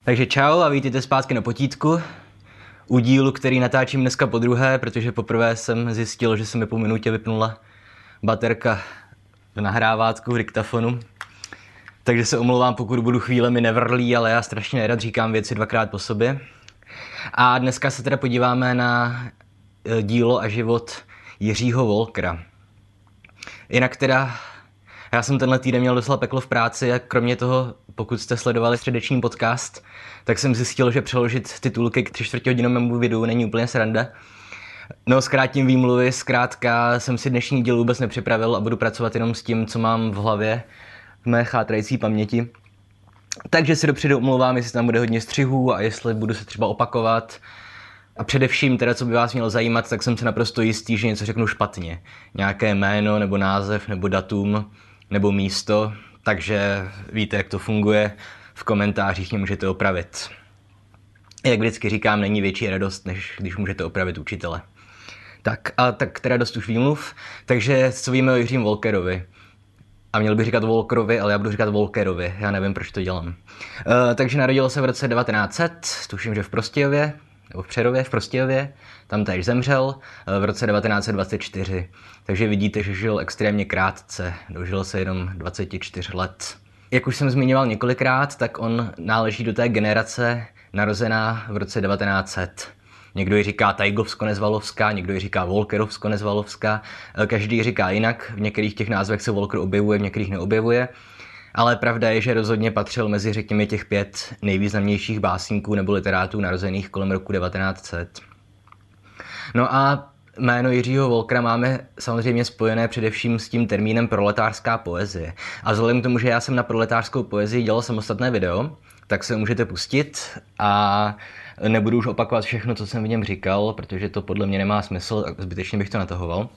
Takže čau a vítejte zpátky na potítku. U dílu, který natáčím dneska podruhé, protože poprvé jsem zjistil, že se mi po minutě vypnula baterka v nahrávátku, v diktafonu. Takže se omlouvám, pokud budu chvílemi nevrlý, ale já strašně nerad říkám věci dvakrát po sobě. A dneska se teda podíváme na dílo a život Jiřího Wolkera. Jinak teda, já jsem tenhle týden měl docela peklo v práci a kromě toho, pokud jste sledovali středeční podcast, tak jsem zjistil, že přeložit titulky k 3/4hodinovému videu není úplně sranda. No, zkrátím výmluvy, zkrátka jsem si dnešní díl vůbec nepřipravil a budu pracovat jenom s tím, co mám v hlavě, v mé chátrající paměti. Takže si dopředu omlouvám, jestli tam bude hodně střihů a jestli budu se třeba opakovat. A především teda, co by vás mělo zajímat, tak jsem se naprosto jistý, že něco řeknu špatně. Nějaké jméno, nebo název, nebo datum, nebo místo. Takže víte, jak to funguje. V komentářích mě můžete opravit. Jak vždycky říkám, není větší radost, než když můžete opravit učitele. Tak teda dost už výmluv. Takže co víme o Jiřím Wolkerovi? A měl bych říkat Wolkerovi, ale já budu říkat Wolkerovi. Já nevím, proč to dělám. Takže narodil se v roce 1900, tuším, že v Prostějově, nebo v Přerově, v Prostějově. Tam též zemřel v roce 1924. Takže vidíte, že žil extrémně krátce. Dožil se jenom 24 let. Jak už jsem zmiňoval několikrát, tak on náleží do té generace narozená v roce 1900. Někdo ji říká Tajgovsko-Nezvalovská, někdo ji říká Wolkerovsko-Nezvalovská. Každý ji říká jinak, v některých těch názvech se Wolker objevuje, v některých neobjevuje. Ale pravda je, že rozhodně patřil mezi, řekněme, těch 5 nejvýznamnějších básníků nebo literátů narozených kolem roku 1900. No a jméno Jiřího Wolkera máme samozřejmě spojené především s tím termínem proletářská poezie. A vzhledem k tomu, že já jsem na proletářskou poezii dělal samostatné video, tak se můžete pustit a nebudu už opakovat všechno, co jsem v něm říkal, protože to podle mě nemá smysl a zbytečně bych to natahoval.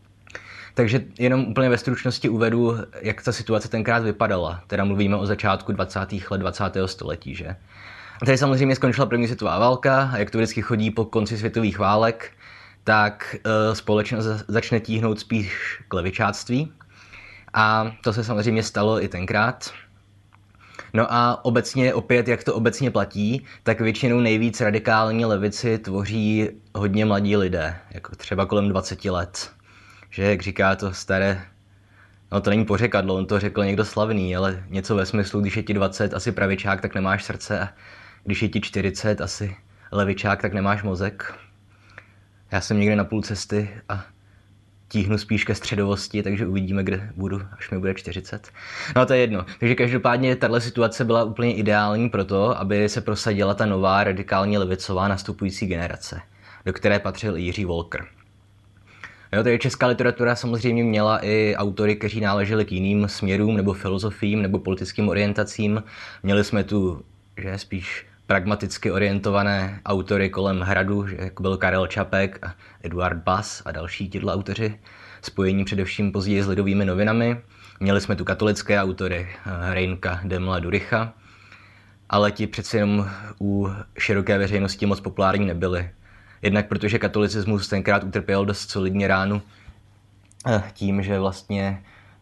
Takže jenom úplně ve stručnosti uvedu, jak ta situace tenkrát vypadala. Teda mluvíme o začátku 20. let 20. století, že? A tady samozřejmě skončila první světová válka a jak to vždycky chodí po konci světových válek, tak společnost začne tíhnout spíš k levičáctví. A to se samozřejmě stalo i tenkrát. No a obecně, opět, jak to obecně platí, tak většinou nejvíc radikální levici tvoří hodně mladí lidé, jako třeba kolem 20 let. Že, jak říká to staré, no to není pořekadlo, on to řekl někdo slavný, ale něco ve smyslu, když je ti 20 asi pravičák, tak nemáš srdce a když je ti 40 asi levičák, tak nemáš mozek. Já jsem někde na půl cesty a tíhnu spíš ke středovosti, takže uvidíme, kde budu, až mi bude 40. No to je jedno. Takže každopádně tahle situace byla úplně ideální pro to, aby se prosadila ta nová radikálně levicová nastupující generace, do které patřil i Jiří Wolker. Jo, takže česká literatura samozřejmě měla i autory, kteří náleželi k jiným směrům nebo filozofiím nebo politickým orientacím. Měli jsme tu, že spíš pragmaticky orientované autory kolem Hradu, že jako byl Karel Čapek a Eduard Bass a další tyhle autoři, spojení především později s Lidovými novinami. Měli jsme tu katolické autory Reinka, Demla, Duricha, ale ti přeci jenom u široké veřejnosti moc populární nebyli. Jednak protože katolicismus tenkrát utrpěl dost solidně ránu tím, že vlastně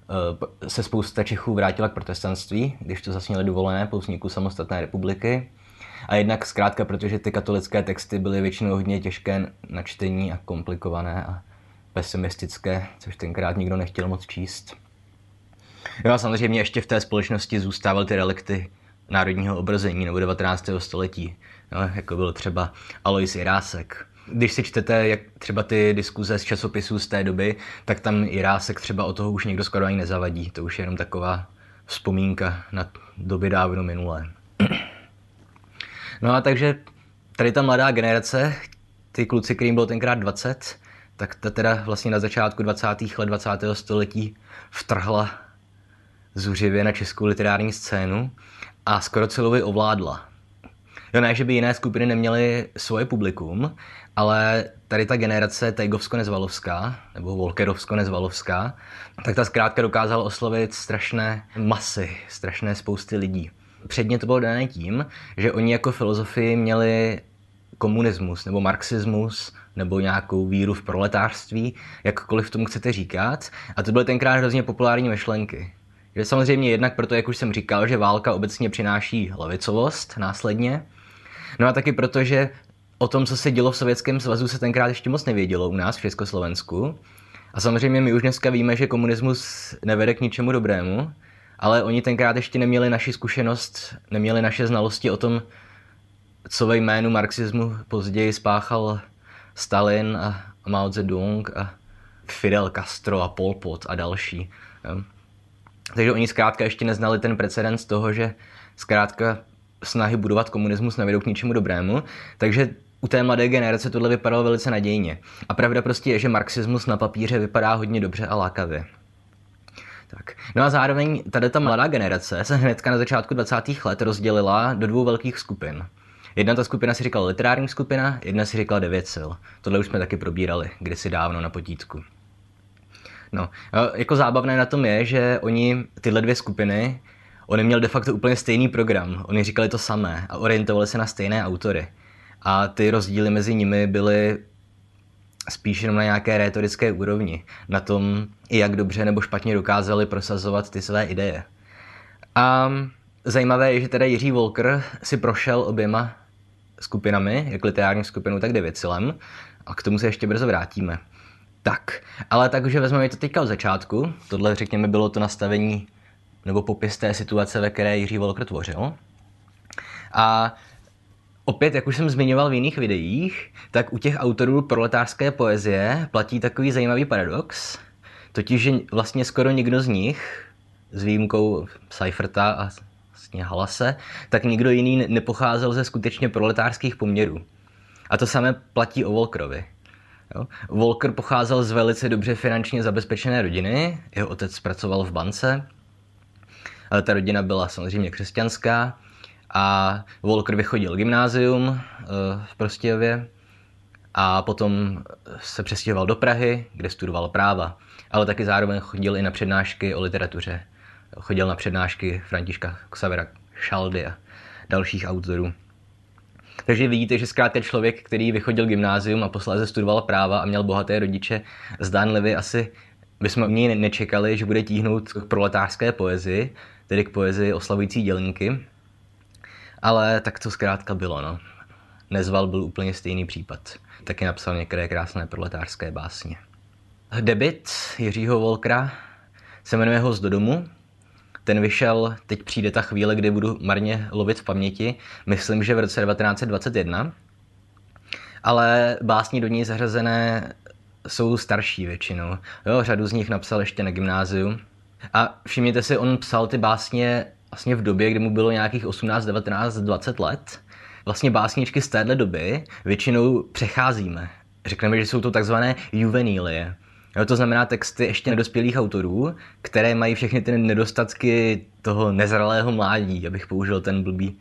se spousta Čechů vrátila k protestantství, když to zase měli dovolené po vzniku samostatné republiky. A jednak zkrátka, protože ty katolické texty byly většinou hodně těžké na čtení a komplikované a pesimistické, což tenkrát nikdo nechtěl moc číst. Jo a samozřejmě ještě v té společnosti zůstávaly ty relikty národního obrození nebo 19. století, no, jako byl třeba Alois Jirásek. Když si čtete jak třeba ty diskuze z časopisů z té doby, tak tam Jirásek třeba o toho už někdo skoro ani nezavadí. To už je jenom taková vzpomínka na doby dávno minulé. No a takže tady ta mladá generace, ty kluci, kterým bylo tenkrát 20, tak ta teda vlastně na začátku 20. let 20. století vtrhla zuřivě na českou literární scénu a skoro celou ji ovládla. Jo, ne, že by jiné skupiny neměly svoje publikum, ale tady ta generace Tajgovsko-Nezvalovská, nebo Wolkerovsko-Nezvalovská, tak ta zkrátka dokázala oslovit strašné masy, strašné spousty lidí. Předně to bylo dané tím, že oni jako filozofii měli komunismus nebo marxismus nebo nějakou víru v proletářství, jakkoliv tomu chcete říkat. A to byly tenkrát hrozně populární myšlenky. Že samozřejmě jednak proto, jak už jsem říkal, že válka obecně přináší levicovost následně. No a taky proto, že o tom, co se dělo v Sovětském svazu, se tenkrát ještě moc nevědělo u nás v Československu. A samozřejmě my už dneska víme, že komunismus nevede k ničemu dobrému, ale oni tenkrát ještě neměli naši zkušenost, neměli naše znalosti o tom, co ve jménu marxismu později spáchal Stalin a Mao Zedong a Fidel Castro a Pol Pot a další. Takže oni zkrátka ještě neznali ten precedens toho, že zkrátka snahy budovat komunismus nevedou k ničemu dobrému, takže u té mladé generace tohle vypadalo velice nadějně. A pravda prostě je, že marxismus na papíře vypadá hodně dobře a lákavě. Tak. No a zároveň tady ta mladá generace se hnedka na začátku 20. let rozdělila do dvou velkých skupin. Jedna ta skupina si říkala literární skupina, jedna si říkala 9 sil. Tohle už jsme taky probírali kdysi dávno na potítku. No, jako zábavné na tom je, že tyhle dvě skupiny, oni měli de facto úplně stejný program. Oni říkali to samé a orientovali se na stejné autory. A ty rozdíly mezi nimi byly spíš jenom na nějaké rétorické úrovni. Na tom, jak dobře nebo špatně dokázali prosazovat ty své ideje. A zajímavé je, že teda Jiří Wolker si prošel oběma skupinami, jak literární skupinu, tak 9 silem. A k tomu se ještě brzo vrátíme. Tak, ale takže vezmeme to teďka od začátku. Tohle, řekněme, bylo to nastavení nebo popis té situace, ve které Jiří Wolker tvořil. A opět, jak už jsem zmiňoval v jiných videích, tak u těch autorů proletářské poezie platí takový zajímavý paradox, totiž, že vlastně skoro nikdo z nich, s výjimkou Seiferta a vlastně Halase, tak nikdo jiný nepocházel ze skutečně proletářských poměrů. A to samé platí o Wolkerovi. Wolker pocházel z velice dobře finančně zabezpečené rodiny, jeho otec pracoval v bance, ale ta rodina byla samozřejmě křesťanská a Wolker vychodil gymnázium v Prostějově a potom se přestěhoval do Prahy, kde studoval práva, ale taky zároveň chodil i na přednášky o literatuře. Chodil na přednášky Františka Xavera Šaldy a dalších autorů. Takže vidíte, že zkrátka člověk, který vychodil gymnázium a posléze studoval práva a měl bohaté rodiče, zdánlivě asi bychom od něj nečekali, že bude tíhnout k proletářské poezii, tedy k poezii oslavující dělníky. Ale tak to zkrátka bylo, no. Nezval byl úplně stejný případ. Taky napsal některé krásné proletářské básně. Debut Jiřího Wolkera se jmenuje Host do domu. Ten vyšel, teď přijde ta chvíle, kdy budu marně lovit v paměti, myslím, že v roce 1921. Ale básně do ní zařazené jsou starší většinou. Jo, řadu z nich napsal ještě na gymnáziu. A všimněte si, on psal ty básně vlastně v době, kdy mu bylo nějakých 18, 19, 20 let. Vlastně básničky z téhle doby většinou přecházíme. Řekneme, že jsou to takzvané juvenílie. Jo, to znamená texty ještě nedospělých autorů, které mají všechny ty nedostatky toho nezralého mládí, abych použil ten blbý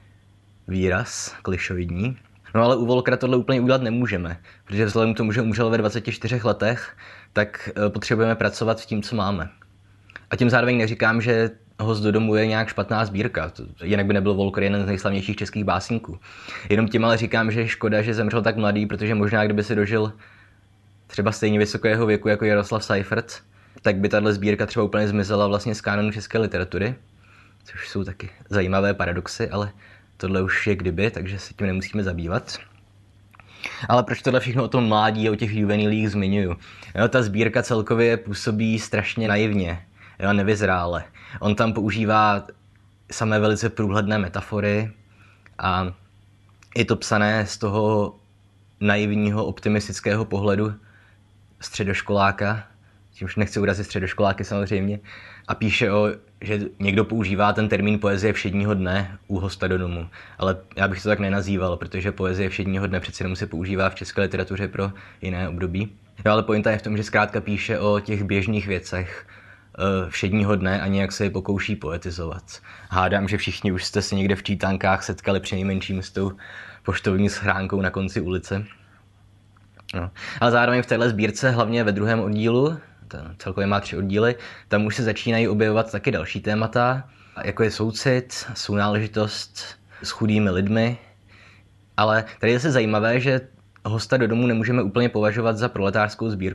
výraz, klišovidní. No ale u Wolkera tohle úplně udělat nemůžeme, protože vzhledem k tomu, že umřel ve 24 letech, tak potřebujeme pracovat s tím, co máme. A tím zároveň neříkám, že Host do domu je nějak špatná sbírka, jinak by nebyl Wolker jeden z nejslavnějších českých básníků. Jenom tím ale říkám, že je škoda, že zemřel tak mladý, protože možná kdyby si dožil třeba stejně vysokého věku jako Jaroslav Seifert, tak by tahle sbírka třeba úplně zmizela vlastně z kánonu české literatury, což jsou taky zajímavé paradoxy, ale tohle už je kdyby, takže se tím nemusíme zabývat. Ale proč tohle všechno o tom mládí a o těch juvenilích zmiňuju? Jo, ta sbírka celkově působí strašně naivně, jo, nevyzrále. On tam používá samé velice průhledné metafory a je to psané z toho naivního, optimistického pohledu středoškoláka, čímž nechci urazit středoškoláky samozřejmě, a píše že někdo používá ten termín poezie všedního dne u Hosta do domu. Ale já bych to tak nenazýval, protože poezie všedního dne přece jenom se používá v české literatuře pro jiné období. Jo, ale pointa je v tom, že zkrátka píše o těch běžných věcech všedního dne a nějak se je pokouší poetizovat. Hádám, že všichni už jste se někde v čítankách setkali přinejmenším s tou poštovní schránkou na konci ulice. No. Ale zároveň v téhle sbírce, hlavně ve druhém oddílu, celkově má 3 oddíly, tam už se začínají objevovat taky další témata, jako je soucit, sounáležitost s chudými lidmi. Ale tady je zase zajímavé, že Hosta do domu nemůžeme úplně považovat za proletářskou sbírku.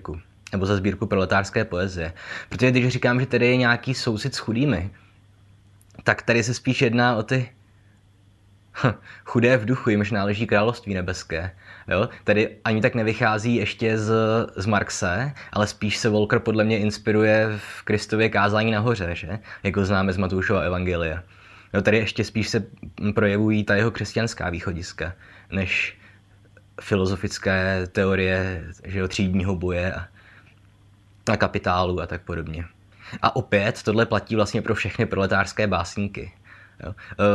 nebo za sbírku proletářské poezie. Protože když říkám, že tady je nějaký soucit s chudými, tak tady se spíš jedná o ty chudé v duchu, jimž náleží království nebeské. Jo? Tady ani tak nevychází ještě z Marxe, ale spíš se Walker podle mě inspiruje v Kristově kázání nahoře, že? Jako známe z Matoušova evangelia. Jo, tady ještě spíš se projevují ta jeho křesťanská východiska, než filozofické teorie, že jo, třídního boje a kapitálu a tak podobně. A opět tohle platí vlastně pro všechny proletářské básníky. Jo.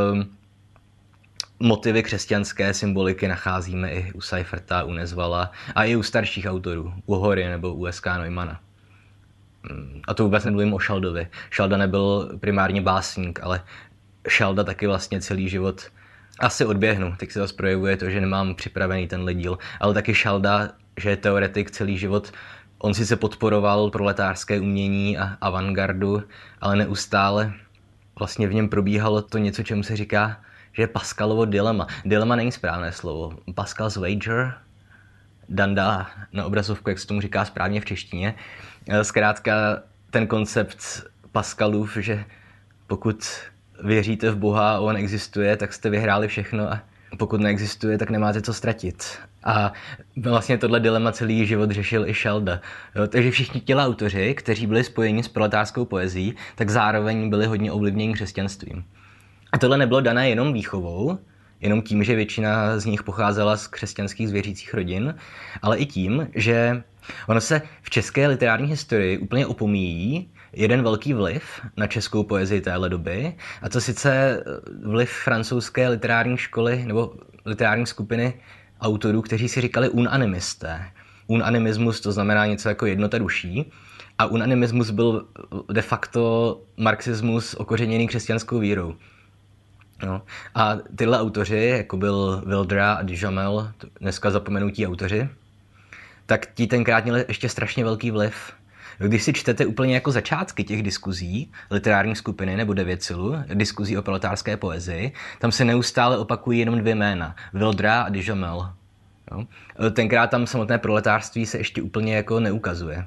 Motivy křesťanské symboliky nacházíme i u Seiferta, u Nezvala a i u starších autorů, u Hory nebo u S.K. Neumana. A to vůbec nemluvím o Šaldovi. Šalda nebyl primárně básník, ale Šalda taky vlastně celý život asi odběhnu. Teď se zase projevuje to, že nemám připravený tenhle díl, ale taky Šalda, že je teoretik celý život. On sice podporoval proletářské umění a avantgardu, ale neustále vlastně v něm probíhalo to něco, čemu se říká, že je Pascalovo dilema. Dilema není správné slovo. Pascal's wager, danda na obrazovku, jak se tomu říká správně v češtině. Zkrátka ten koncept Pascalův, že pokud věříte v Boha a on existuje, tak jste vyhráli všechno a pokud neexistuje, tak nemáte co ztratit. A vlastně tohle dilema celý život řešil i Šalda. Jo, takže všichni ti autoři, kteří byli spojeni s proletářskou poezií, tak zároveň byli hodně ovlivněni křesťanstvím. A tohle nebylo dané jenom výchovou, jenom tím, že většina z nich pocházela z křesťanských zvěřících rodin, ale i tím, že ono se v české literární historii úplně opomíjí jeden velký vliv na českou poezii téhle doby, a to sice vliv francouzské literární školy nebo literární skupiny autorů, kteří si říkali unanimisté. Unanimismus to znamená něco jako jednota duší a unanimismus byl de facto marxismus okořeněný křesťanskou vírou. No. A tyhle autoři, jako byl Vildra a Duhamel, dneska zapomenutí autoři, tak ti tenkrát měli ještě strašně velký vliv. Když si čtete úplně jako začátky těch diskuzí, literární skupiny nebo Devětsilu, diskuzí o proletářské poezii, tam se neustále opakují jenom dvě jména, Vildra a Duhamel. Jo? Tenkrát tam samotné proletářství se ještě úplně jako neukazuje.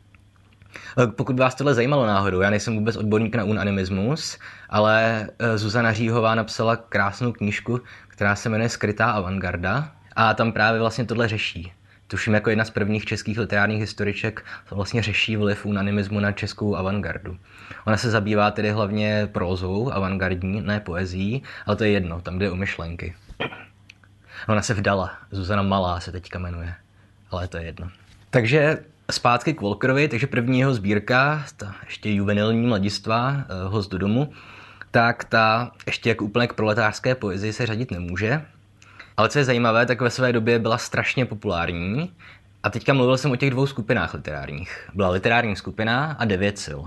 Pokud by vás tohle zajímalo náhodou, já nejsem vůbec odborník na unanimismus, ale Zuzana Říhová napsala krásnou knížku, která se jmenuje Skrytá avantgarda a tam právě vlastně tohle řeší. Tuším jako jedna z prvních českých literárních historiček vlastně řeší vliv unanimismu na českou avantgardu. Ona se zabývá tedy hlavně prózou avantgardní, ne poezí, ale to je jedno, tam jde o myšlenky. Ona se vdala, Zuzana Malá se teďka jmenuje, ale to je jedno. Takže zpátky k Walkerovi, takže první jeho sbírka, ta ještě juvenilní mladistva, Host do domu, tak ta ještě jako úplně k proletářské poezii se řadit nemůže. Ale co je zajímavé, tak ve své době byla strašně populární. A teďka mluvil jsem o těch dvou skupinách literárních. Byla literární skupina a Devětsil.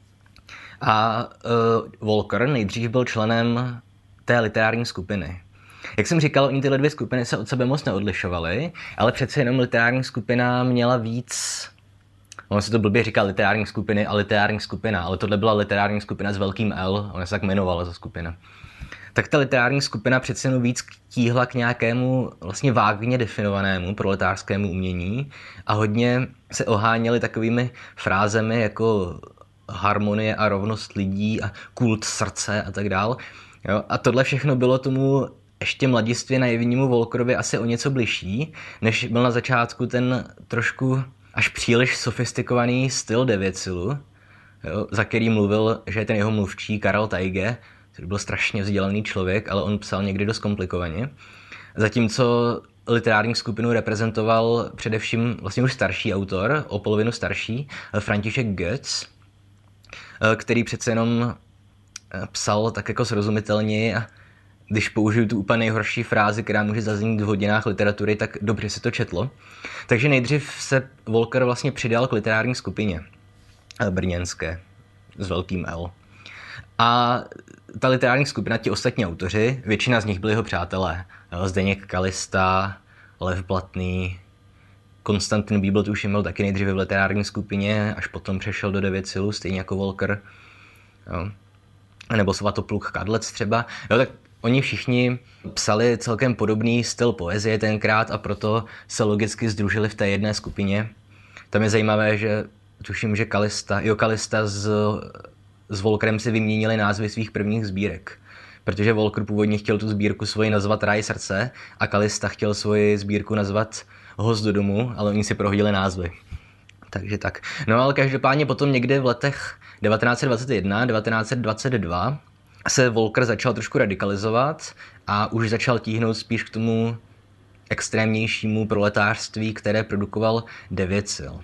A Walker nejdřív byl členem té literární skupiny. Jak jsem říkal, oni tyhle dvě skupiny se od sebe moc neodlišovaly, ale přece jenom literární skupina měla víc. On se to blbě říká literární skupiny a literární skupina, ale tohle byla literární skupina s velkým L, ona se tak jmenovala za skupina. Tak ta literární skupina přece jenom víc tíhla k nějakému vlastně vágně definovanému proletářskému umění a hodně se oháněli takovými frázemi jako harmonie a rovnost lidí a kult srdce a tak dál. Jo? A tohle všechno bylo tomu ještě mladistvě naivnímu Walkerovi asi o něco bližší, než byl na začátku ten trošku až příliš sofistikovaný styl Devětsilu, za který mluvil, že je ten jeho mluvčí Karel Tajge, který byl strašně vzdělaný člověk, ale on psal někdy dost komplikovaně. Zatímco literární skupinu reprezentoval především vlastně už starší autor, o polovinu starší, František Goetz, který přece jenom psal tak jako srozumitelně a když použiju tu úplně nejhorší frázi, která může zaznít v hodinách literatury, tak dobře se to četlo. Takže nejdřív se Walker vlastně přidal k literární skupině brněnské s velkým L. A ta literární skupina, ti ostatní autoři, většina z nich byli jeho přátelé. Zdeněk Kalista, Lev Blatný, Konstantin Bíbl, tuším, byl taky nejdříve v literární skupině, až potom přešel do Devětsilu, stejně jako Walker. Jo. Nebo Svatopluk Kadlec třeba. Jo, tak oni všichni psali celkem podobný styl poezie tenkrát a proto se logicky sdružili v té jedné skupině. Tam je zajímavé, že tuším, že Kalista s Volkerem si vyměnili názvy svých prvních sbírek. Protože Volker původně chtěl tu sbírku svoji nazvat Ráj srdce a Kalista chtěl svoji sbírku nazvat Host do domu, ale oni si prohodili názvy. Takže tak. No ale každopádně potom někde v letech 1921, 1922 se Volker začal trošku radikalizovat a už začal tíhnout spíš k tomu extrémnějšímu proletářství, které produkoval Devětsil.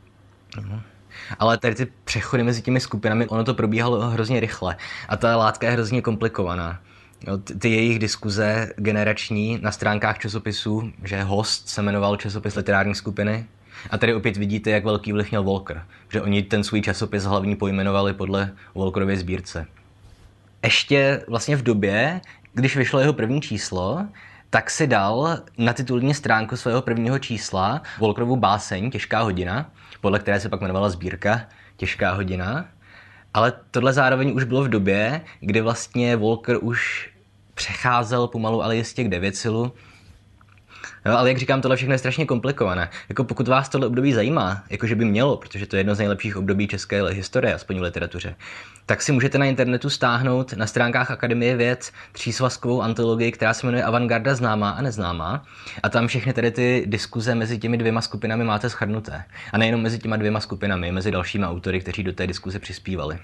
Ale tady ty přechody mezi těmi skupinami, ono to probíhalo hrozně rychle a ta látka je hrozně komplikovaná. Ty jejich diskuze generační na stránkách časopisů, že Host se jmenoval časopis literární skupiny, a tady opět vidíte, jak velký vliv měl Volker, že oni ten svůj časopis hlavní pojmenovali podle Volkerovy sbírce. Ještě vlastně v době, když vyšlo jeho první číslo, tak si dal na titulní stránku svého prvního čísla Volkerovu báseň Těžká hodina, podle které se pak jmenovala sbírka Těžká hodina. Ale tohle zároveň už bylo v době, kdy vlastně Volker už přecházel pomalu, ale jistě k Devětsilu. No, ale jak říkám, tohle všechno je strašně komplikované. Jako pokud vás tohle období zajímá, jakože by mělo, protože to je jedno z nejlepších období české historie, aspoň v literatuře, tak si můžete na internetu stáhnout na stránkách Akademie věd třísvazkovou antologii, která se jmenuje Avantgarda známá a neznámá. A tam všechny tady ty diskuze mezi těmi dvěma skupinami máte shrnuté. A nejenom mezi těma dvěma skupinami, mezi dalšími autory, kteří do té diskuze přispívali.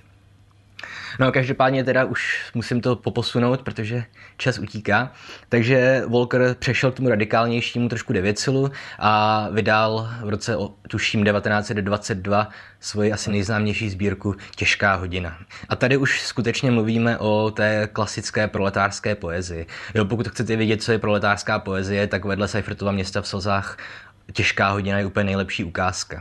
No každopádně teda už musím to poposunout, protože čas utíká. Takže Volker přešel k tomu radikálnějšímu trošku Devětsilu a vydal v roce tuším 1922 svoji asi nejznámější sbírku Těžká hodina. A tady už skutečně mluvíme o té klasické proletářské poezii. Jo, pokud chcete vědět, co je proletářská poezie, tak vedle Seifertova Města v slzách Těžká hodina je úplně nejlepší ukázka.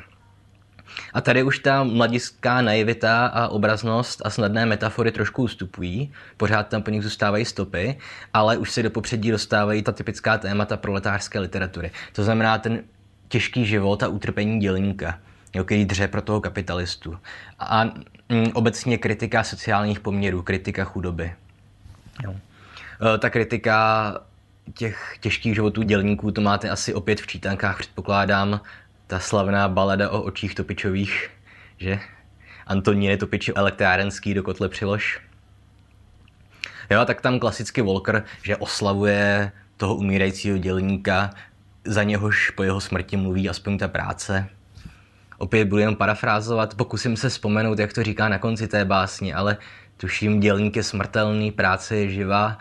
A tady už ta mladiská naivita a obraznost a snadné metafory trošku ustupují, pořád tam po nich zůstávají stopy, ale už se do popředí dostávají ta typická témata proletářské literatury. To znamená ten těžký život a utrpení dělníka, který dře pro toho kapitalistu. A obecně kritika sociálních poměrů, kritika chudoby. Jo. Ta kritika těch těžkých životů dělníků, to máte asi opět v čítankách, předpokládám, ta slavná balada o očích Topičových, že? Antoníne Topiči elektrárenský do kotle přilož. Jo, tak tam klasicky Volker, že oslavuje toho umírajícího dělníka, za něhož po jeho smrti mluví aspoň ta práce. Opět budu jen parafrázovat, pokusím se vzpomenout, jak to říká na konci té básně, ale tuším, dělník je smrtelný, práce je živá,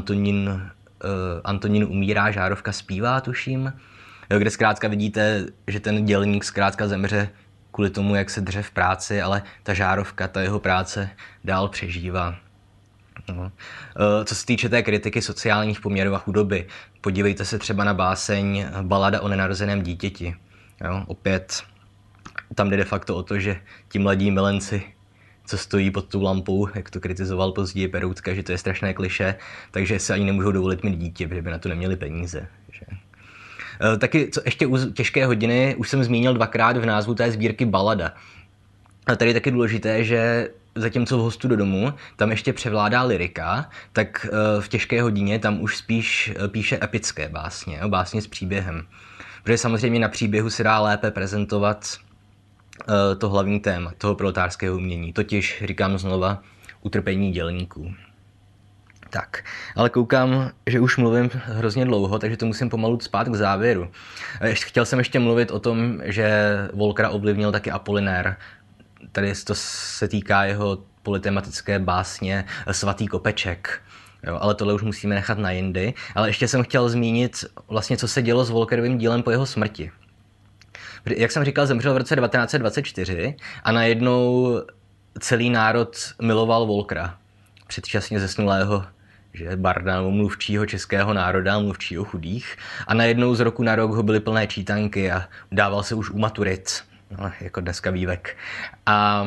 Antonín umírá, žárovka zpívá, tuším. Jo, kde zkrátka vidíte, že ten dělník zkrátka zemře kvůli tomu, jak se dře v práci, ale ta žárovka, ta jeho práce dál přežívá. No. Co se týče té kritiky sociálních poměrů a chudoby, podívejte se třeba na báseň Balada o nenarozeném dítěti. Jo, opět tam jde de facto o to, že ti mladí milenci, co stojí pod tou lampou, jak to kritizoval později Peroutka, že to je strašné klišé, takže se ani nemůžou dovolit mít dítě, protože by na to neměli peníze. Že? Taky co ještě u Těžké hodiny už jsem zmínil dvakrát v názvu té sbírky balada. A tady je taky důležité, že zatímco v Hostu do domu tam ještě převládá lyrika, tak v Těžké hodině tam už spíš píše epické básně, básně s příběhem. Protože samozřejmě na příběhu se dá lépe prezentovat to hlavní téma toho proletářského umění, totiž, říkám znova, utrpení dělníků. Tak, ale koukám, že už mluvím hrozně dlouho, takže to musím pomalu spát k závěru. Chtěl jsem ještě mluvit o tom, že Volkera ovlivnil taky Apollinaire. Tady to se týká jeho polytematické básně Svatý kopeček. Jo, ale tohle už musíme nechat na jindy. Ale ještě jsem chtěl zmínit vlastně, co se dělo s Volkerovým dílem po jeho smrti. Jak jsem říkal, zemřel v roce 1924 a najednou celý národ miloval Volkera. Předčasně zesnulého, že barda, mluvčího českého národa, mluvčího chudých. A najednou z roku na rok ho byly plné čítanky a dával se už u maturit, no, jako dneska vývek. A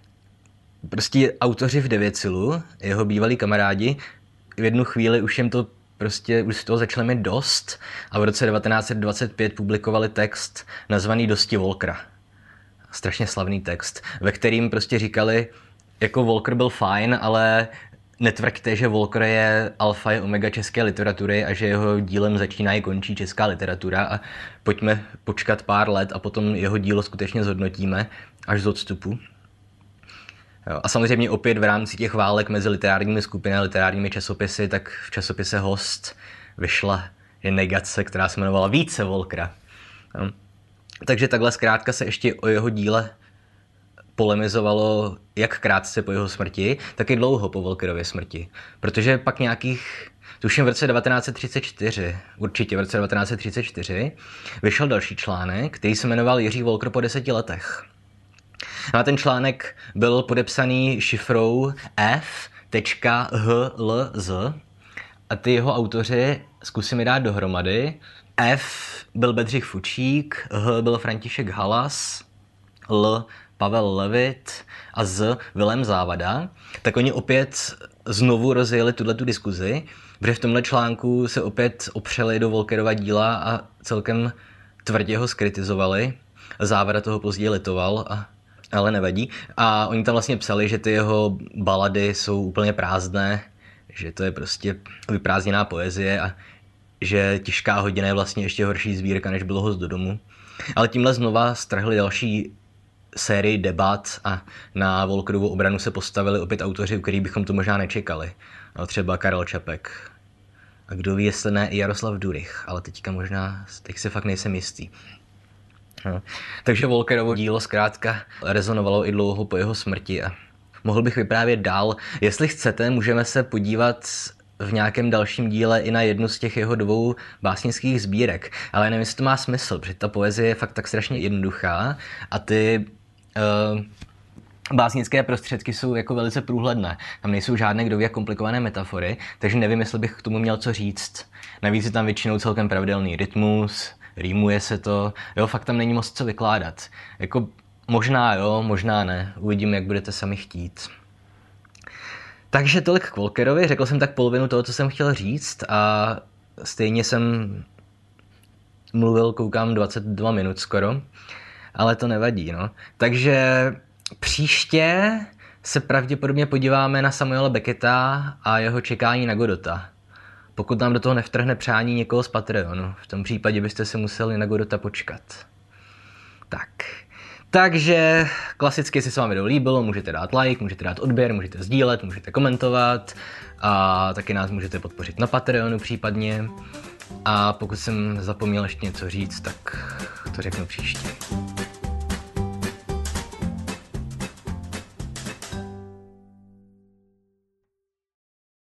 prostě autoři v Devětsilu, jeho bývalí kamarádi, v jednu chvíli už jim to prostě, už z toho začali mít dost a v roce 1925 publikovali text nazvaný Dosti Volkera. Strašně slavný text, ve kterým prostě říkali, jako Volker byl fajn, ale netvrďte, že Volker je alfa i omega české literatury a že jeho dílem začíná i končí česká literatura a pojďme počkat pár let a potom jeho dílo skutečně zhodnotíme až z odstupu. Jo, a samozřejmě opět v rámci těch válek mezi literárními skupinami a literárními časopisy, tak v časopise Host vyšla negace, která se jmenovala Více Volkera. Jo. Takže takhle zkrátka se ještě o jeho díle polemizovalo jak krátce po jeho smrti, tak i dlouho po Volkerově smrti. Protože pak nějakých, tuším v roce 1934, určitě v roce 1934, vyšel další článek, který se jmenoval Jiří Volker po 10 letech. A ten článek byl podepsaný šifrou F.HLZ a ty jeho autoři zkusím je dát dohromady. F byl Bedřich Fučík, H byl František Halas, L Pavel Levit a Z Vilém Závada, tak oni opět znovu rozjeli tuhletu diskuzi, protože v tomhle článku se opět opřeli do Volkerova díla a celkem tvrdě ho skritizovali. Závada toho později litoval, ale nevadí. A oni tam vlastně psali, že ty jeho balady jsou úplně prázdné, že to je prostě vyprázdněná poezie a že Těžká hodina je vlastně ještě horší sbírka, než Bylo host do domu. Ale tímhle znova strhli další sérii debat a na Volkerovu obranu se postavili opět autoři, u kterých bychom to možná nečekali. No, třeba Karel Čapek. A kdo ví, jestli ne i Jaroslav Durych, ale teď si fakt nejsem jistý. No. Takže Volkerovo dílo zkrátka rezonovalo i dlouho po jeho smrti a mohl bych vyprávět dál. Jestli chcete, můžeme se podívat v nějakém dalším díle i na jednu z těch jeho 2 básnických sbírek. Ale nevím, jestli to má smysl, protože ta poezie je fakt tak strašně jednoduchá a ty básnické prostředky jsou jako velice průhledné. Tam nejsou žádné kdo ví jak komplikované metafory, takže nevím, jestli bych k tomu měl co říct. Navíc je tam většinou celkem pravidelný rytmus, rýmuje se to, jo, fakt tam není moc co vykládat. Jako možná jo, možná ne, uvidím, jak budete sami chtít. Takže tolik k Volkerovi, řekl jsem tak polovinu toho, co jsem chtěl říct a stejně jsem mluvil, koukám, 22 minut skoro, ale to nevadí, no. Takže příště se pravděpodobně podíváme na Samuela Becketa a jeho Čekání na Godota. Pokud nám do toho nevtrhne přání někoho z Patreonu, v tom případě byste se museli na Godota počkat. Takže klasicky, jestli se vám video líbilo, můžete dát like, můžete dát odběr, můžete sdílet, můžete komentovat a taky nás můžete podpořit na Patreonu případně. A pokud jsem zapomněl ještě něco říct, tak to řeknu příště.